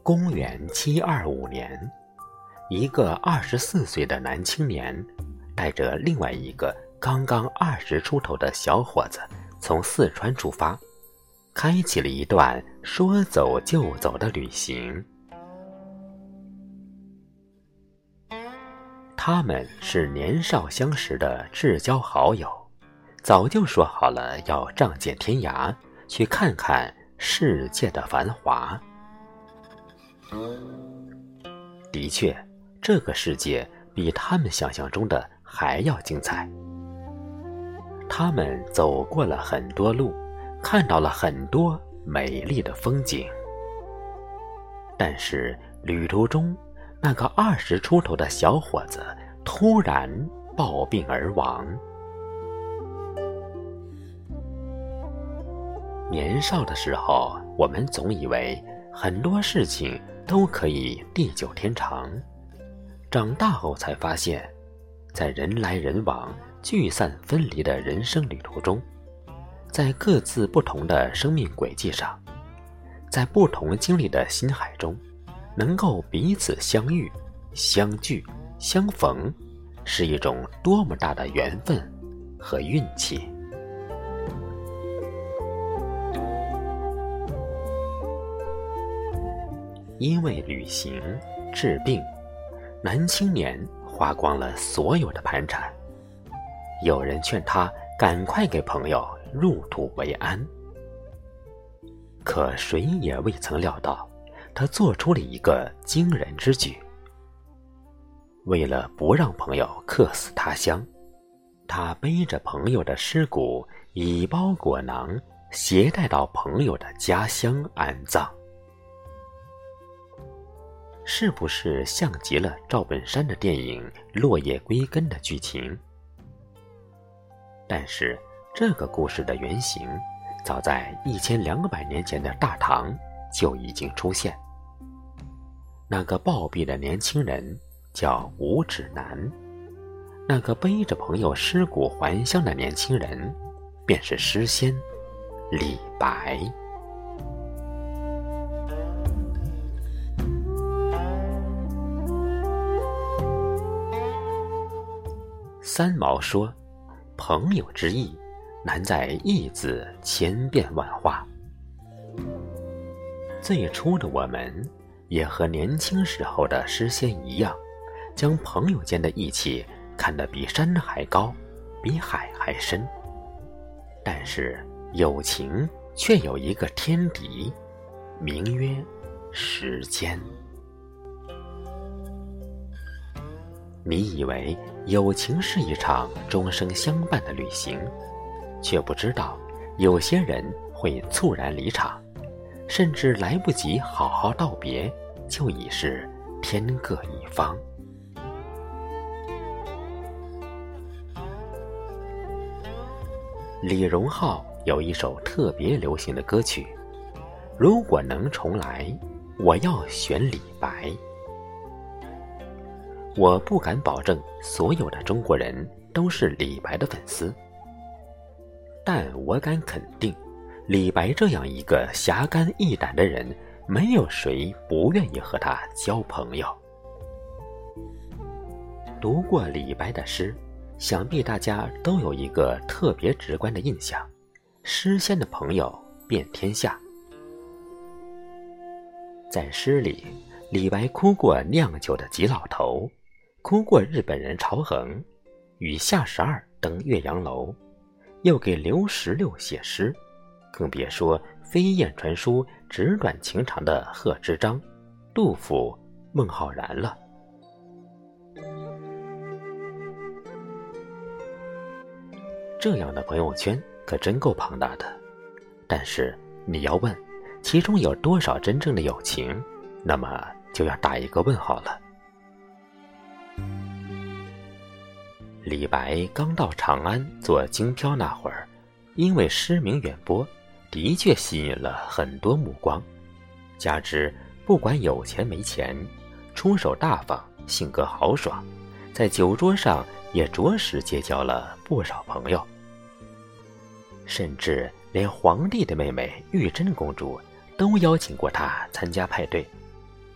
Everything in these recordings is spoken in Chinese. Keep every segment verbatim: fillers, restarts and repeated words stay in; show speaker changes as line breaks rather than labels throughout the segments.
公元七二五年，一个二十四岁的男青年带着另外一个刚刚二十出头的小伙子从四川出发，开启了一段说走就走的旅行。他们是年少相识的至交好友，早就说好了要仗剑天涯，去看看世界的繁华。的确，这个世界比他们想象中的还要精彩。他们走过了很多路，看到了很多美丽的风景。但是旅途中，那个二十出头的小伙子突然暴病而亡。年少的时候，我们总以为很多事情都可以地久天长。长大后才发现，在人来人往、聚散分离的人生旅途中，在各自不同的生命轨迹上，在不同经历的心海中，能够彼此相遇、相聚、相逢，是一种多么大的缘分和运气。因为旅行治病，男青年花光了所有的盘缠。有人劝他赶快给朋友入土为安，可谁也未曾料到，他做出了一个惊人之举。为了不让朋友客死他乡，他背着朋友的尸骨，以包裹囊，携带到朋友的家乡安葬。是不是像极了赵本山的电影《落叶归根》的剧情？但是这个故事的原型早在一千两百年前的大唐就已经出现。那个暴毙的年轻人叫吴指南，那个背着朋友尸骨还乡的年轻人便是诗仙李白。三毛说，朋友之意，难在义字千变万化。最初的我们也和年轻时候的诗仙一样，将朋友间的义气看得比山还高，比海还深。但是友情却有一个天敌，名曰时间。你以为友情是一场终生相伴的旅行，却不知道有些人会猝然离场，甚至来不及好好道别，就已是天各一方。李荣浩有一首特别流行的歌曲，如果能重来，我要选李白。我不敢保证所有的中国人都是李白的粉丝，但我敢肯定，李白这样一个侠肝义胆的人，没有谁不愿意和他交朋友。读过李白的诗，想必大家都有一个特别直观的印象：诗仙的朋友遍天下。在诗里，李白哭过酿酒的急老头，哭过日本人朝衡，与夏十二登岳阳楼，又给刘石榴写诗，更别说飞燕传书纸短情长的贺知章、杜甫、孟浩然了。这样的朋友圈可真够庞大的，但是你要问其中有多少真正的友情，那么就要打一个问号了。李白刚到长安做京漂那会儿，因为诗名远播，的确吸引了很多目光。加之不管有钱没钱，出手大方，性格豪爽，在酒桌上也着实结交了不少朋友。甚至连皇帝的妹妹玉真公主都邀请过他参加派对。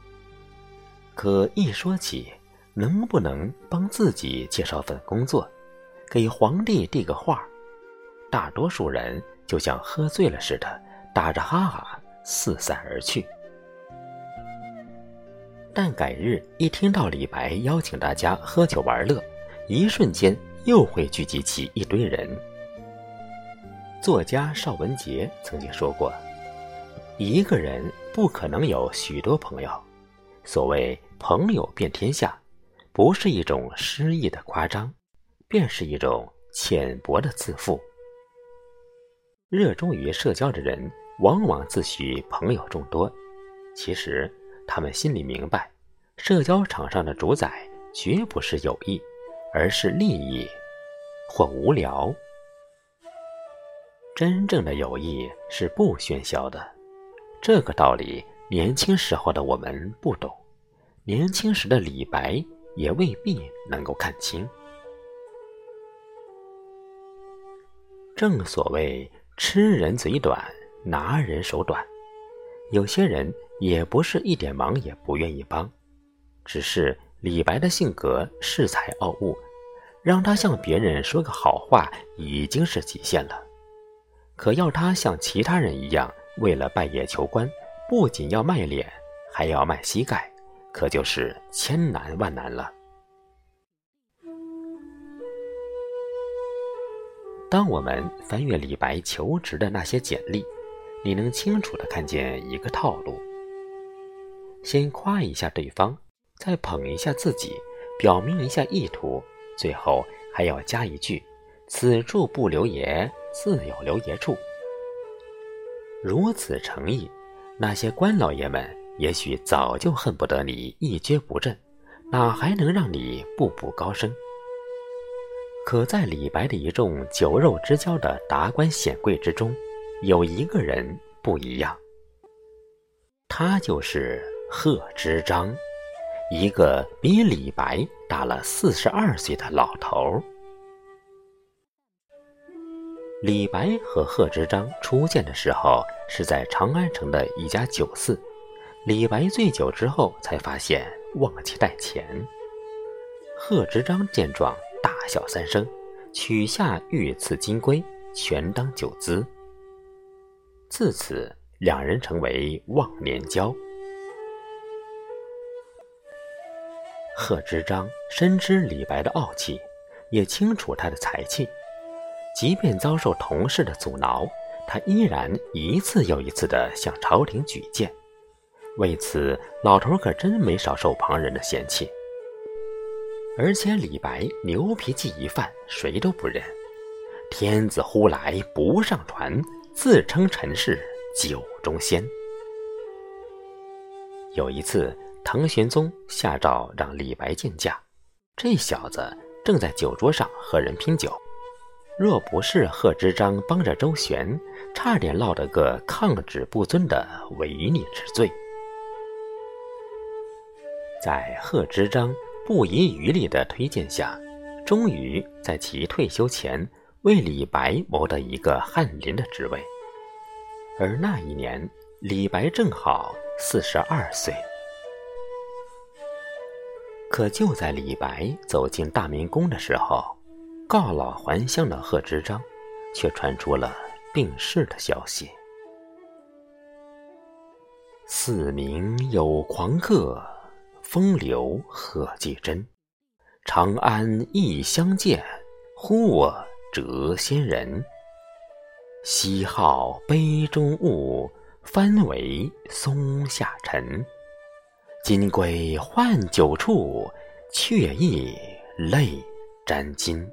可一说起能不能帮自己介绍份工作，给皇帝递个话，大多数人就像喝醉了似的，打着哈哈四散而去。但改日一听到李白邀请大家喝酒玩乐，一瞬间又会聚集起一堆人。作家邵文杰曾经说过，一个人不可能有许多朋友，所谓朋友遍天下，不是一种诗意的夸张，便是一种浅薄的自负。热衷于社交的人往往自诩朋友众多，其实他们心里明白，社交场上的主宰绝不是友谊，而是利益或无聊。真正的友谊是不喧嚣的，这个道理年轻时候的我们不懂，年轻时的李白也未必能够看清。正所谓吃人嘴短，拿人手短，有些人也不是一点忙也不愿意帮，只是李白的性格恃才傲物，让他向别人说个好话已经是极限了。可要他像其他人一样，为了拜谒求官，不仅要卖脸，还要卖膝盖，可就是千难万难了。当我们翻阅李白求职的那些简历，你能清楚地看见一个套路：先夸一下对方，再捧一下自己，表明一下意图，最后还要加一句此处不留爷，自有留爷处。如此诚意，那些官老爷们也许早就恨不得你一蹶不振，哪还能让你步步高升？可在李白的一众酒肉之交的达官显贵之中，有一个人不一样，他就是贺知章，一个比李白大了四十二岁的老头。李白和贺知章初见的时候是在长安城的一家酒肆，李白醉酒之后才发现忘记带钱。贺知章见状大笑三声，取下御赐金龟，全当酒资。自此两人成为忘年交。贺知章深知李白的傲气，也清楚他的才气，即便遭受同事的阻挠，他依然一次又一次地向朝廷举荐。为此，老头可真没少受旁人的嫌弃。而且李白牛脾气一犯，谁都不认。天子呼来不上船，自称臣是酒中仙。有一次，唐玄宗下诏让李白见驾，这小子正在酒桌上和人拼酒，若不是贺知章帮着周旋，差点落得个抗旨不遵的违逆之罪。在贺知章不遗余力的推荐下，终于在其退休前为李白谋得一个翰林的职位。而那一年，李白正好四十二岁。可就在李白走进大明宫的时候，告老还乡的贺知章却传出了病逝的消息。四明有狂客，风流贺季真。长安亦相见，呼我谪仙人。西号杯中物，翻为松下尘。金龟换酒处，却意泪沾襟。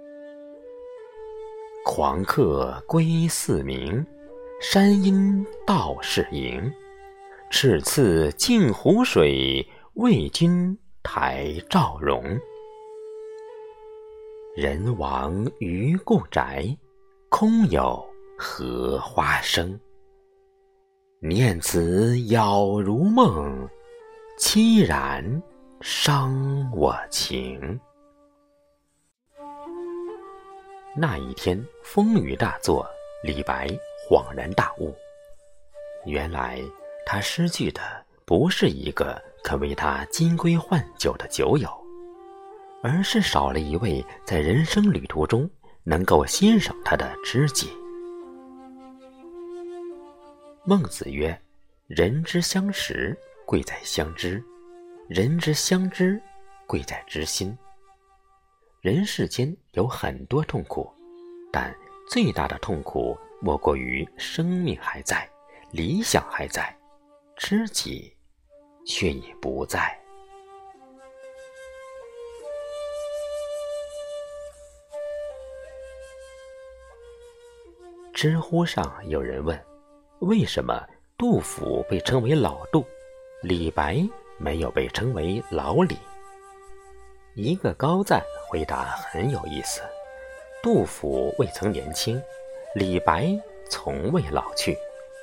狂客归四明，山阴道士迎。赤赐镜湖水，为君台照容。人亡于故宅，空有荷花生。念此杳如梦，凄然伤我情。那一天风雨大作，李白恍然大悟，原来他失去的不是一个肯为他金龟换酒的酒友，而是少了一位在人生旅途中能够欣赏他的知己。孟子曰：人之相识，贵在相知；人之相知，贵在知心。人世间有很多痛苦，但最大的痛苦莫过于生命还在，理想还在，知己却已不在。知乎上有人问，为什么杜甫被称为老杜，李白没有被称为老李？一个高赞回答很有意思，杜甫未曾年轻，李白从未老去。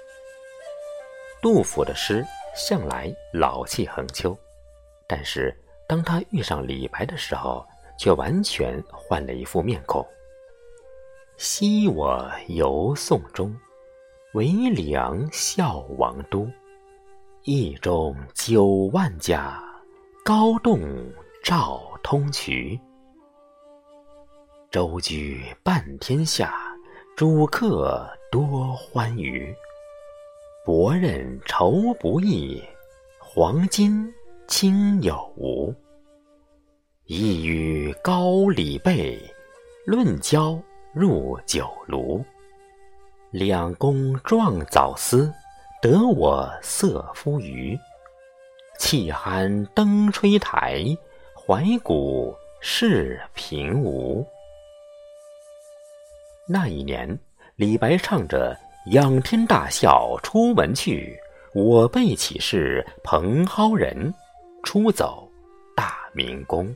杜甫的诗向来老气横秋，但是当他遇上李白的时候，却完全换了一副面孔。昔我游宋中，为梁孝王都。驿中九万家，高栋照通衢。舟居半天下，主客多欢娱。博任筹不易，黄金卿有无。一与高李备，论交入酒庐。两公壮早思，得我色夫余。气酣登吹台，怀古是平吴。那一年，李白唱着仰天大笑出门去，我辈岂是蓬蒿人，出走大明宫。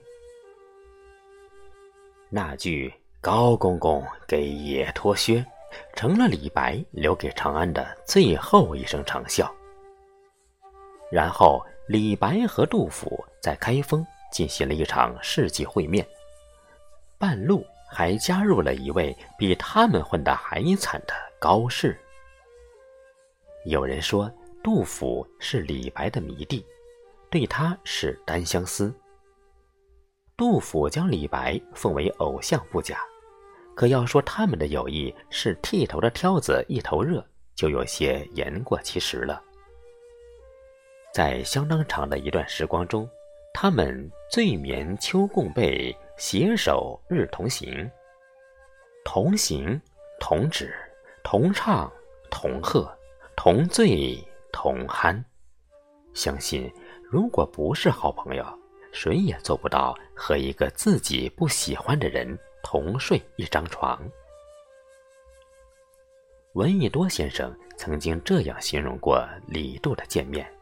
那句高公公给野脱靴，成了李白留给长安的最后一声长啸。然后李白和杜甫在开封进行了一场世纪会面，半路还加入了一位比他们混得还惨的高适。有人说杜甫是李白的迷弟，对他是单相思。杜甫将李白奉为偶像不假，可要说他们的友谊是剃头的挑子一头热，就有些言过其实了。在相当长的一段时光中，他们醉眠秋共被，携手日同行。同行同止，同唱同和，同醉同酣。相信如果不是好朋友，谁也做不到和一个自己不喜欢的人同睡一张床。闻一多先生曾经这样形容过李杜的见面：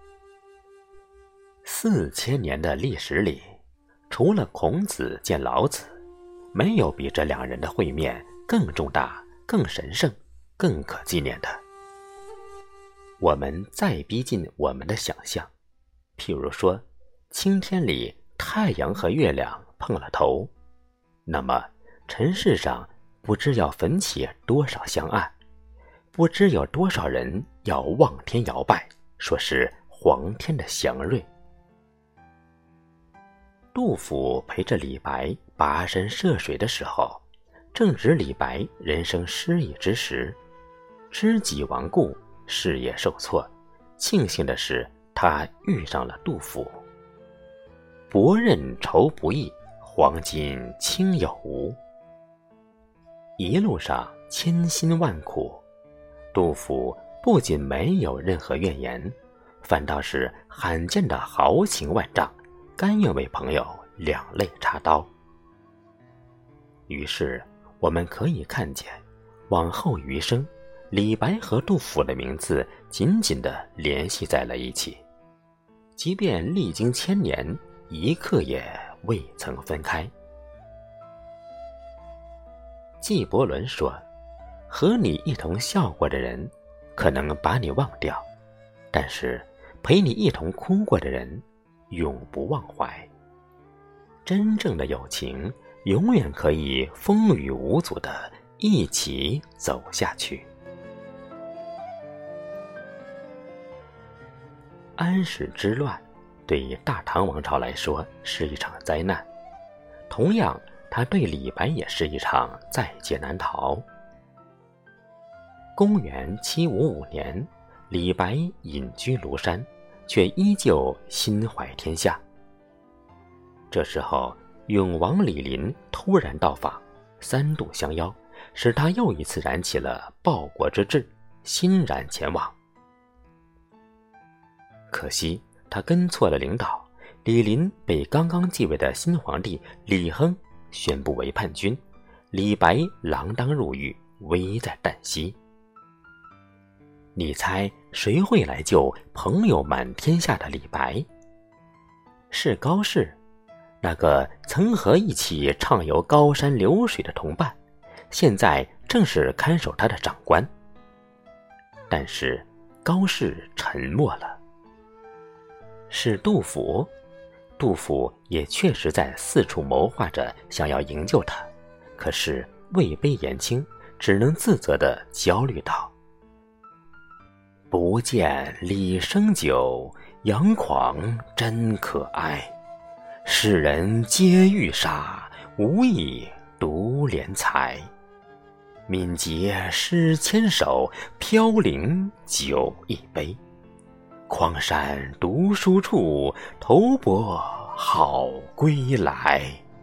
四千年的历史里，除了孔子见老子，没有比这两人的会面更重大、更神圣、更可纪念的。我们再逼近我们的想象，譬如说青天里太阳和月亮碰了头，那么尘世上不知要焚起多少香案，不知有多少人要望天摇拜，说是皇天的祥瑞。杜甫陪着李白跋山涉水的时候，正值李白人生失意之时，知己亡故，事业受挫，庆幸的是他遇上了杜甫。博任筹不易，黄金卿有无。一路上千辛万苦，杜甫不仅没有任何怨言，反倒是罕见的豪情万丈，甘愿为朋友两肋插刀。于是我们可以看见，往后余生，李白和杜甫的名字紧紧地联系在了一起，即便历经千年，一刻也未曾分开。纪伯伦说，和你一同笑过的人可能把你忘掉，但是陪你一同哭过的人永不忘怀。真正的友情永远可以风雨无阻地一起走下去。安史之乱对大唐王朝来说是一场灾难，同样它对李白也是一场在劫难逃。公元七五五年，李白隐居庐山，却依旧心怀天下。这时候永王李璘突然到访，三度相邀，使他又一次燃起了报国之志，欣然前往。可惜他跟错了领导，李璘被刚刚继位的新皇帝李亨宣布为叛军，李白锒铛入狱，危在旦夕。你猜谁会来救朋友满天下的李白？是高适，那个曾和一起畅游高山流水的同伴，现在正是看守他的长官。但是高适沉默了。是杜甫，杜甫也确实在四处谋划着想要营救他，可是位卑言轻，只能自责地焦虑道：不见李生久，杨狂真可哀。世人皆欲杀，无意独怜才。敏捷诗千首，飘零酒一杯。匡山读书处，头泊好归来。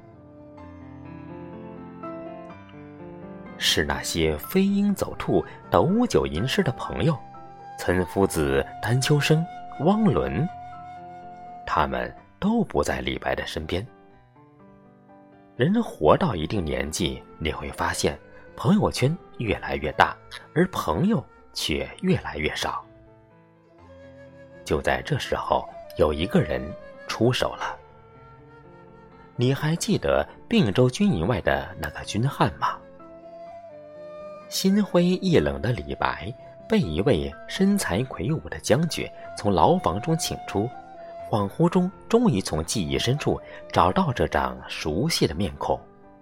是那些飞鹰走兔、斗酒吟诗的朋友，岑夫子、丹丘生、汪伦，他们都不在李白的身边。人活到一定年纪，你会发现朋友圈越来越大，而朋友却越来越少。就在这时候，有一个人出手了。你还记得并州军营外的那个军汉吗？心灰意冷的李白被一位身材魁梧的将军从牢房中请出，恍惚中终于从记忆深处找到这张熟悉的面孔。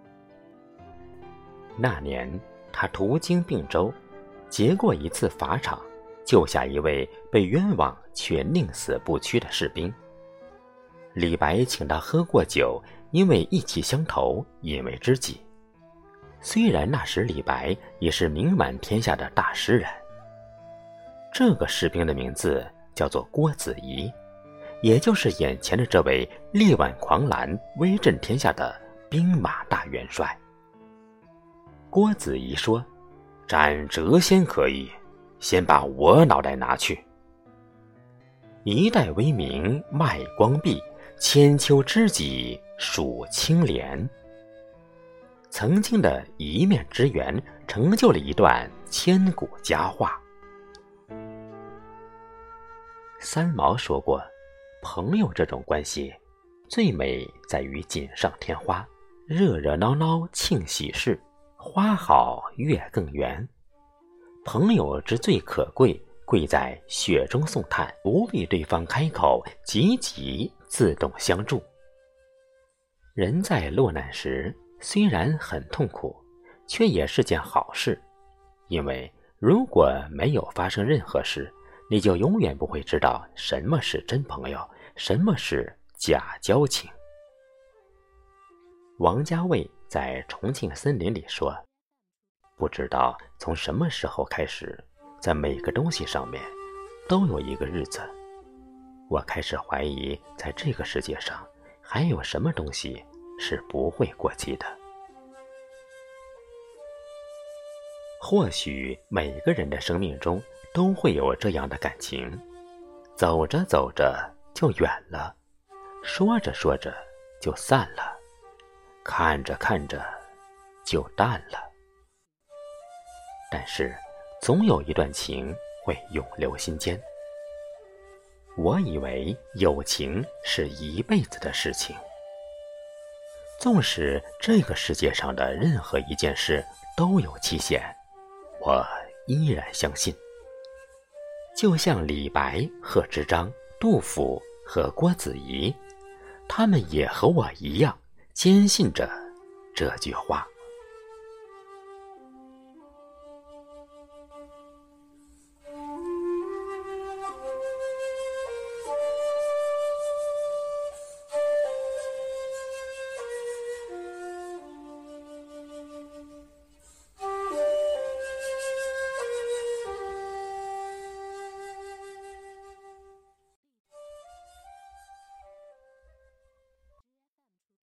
那年他途经并州，劫过一次法场，救下一位被冤枉却宁死不屈的士兵。李白请他喝过酒，因为意气相投，引为知己。虽然那时李白也是名满天下的大诗人。这个士兵的名字叫做郭子仪，也就是眼前的这位力挽狂澜、威震天下的兵马大元帅。郭子仪说：斩谪仙可以，先把我脑袋拿去。一代威名卖光壁，千秋知己数清廉。曾经的一面之缘，成就了一段千古佳话。三毛说过，朋友这种关系最美在于锦上添花，热热闹闹庆喜事，花好月更圆。朋友之最可贵，贵在雪中送炭，不必对方开口，急急自动相助。人在落难时虽然很痛苦，却也是件好事，因为如果没有发生任何事，你就永远不会知道什么是真朋友，什么是假交情。王家卫在《重庆森林》里说，不知道从什么时候开始，在每个东西上面都有一个日子。我开始怀疑，在这个世界上还有什么东西是不会过期的。或许每个人的生命中都会有这样的感情，走着走着就远了，说着说着就散了，看着看着就淡了。但是总有一段情会永留心间。我以为友情是一辈子的事情，纵使这个世界上的任何一件事都有期限，我依然相信。就像李白、贺知章、杜甫和郭子仪，他们也和我一样坚信着这句话。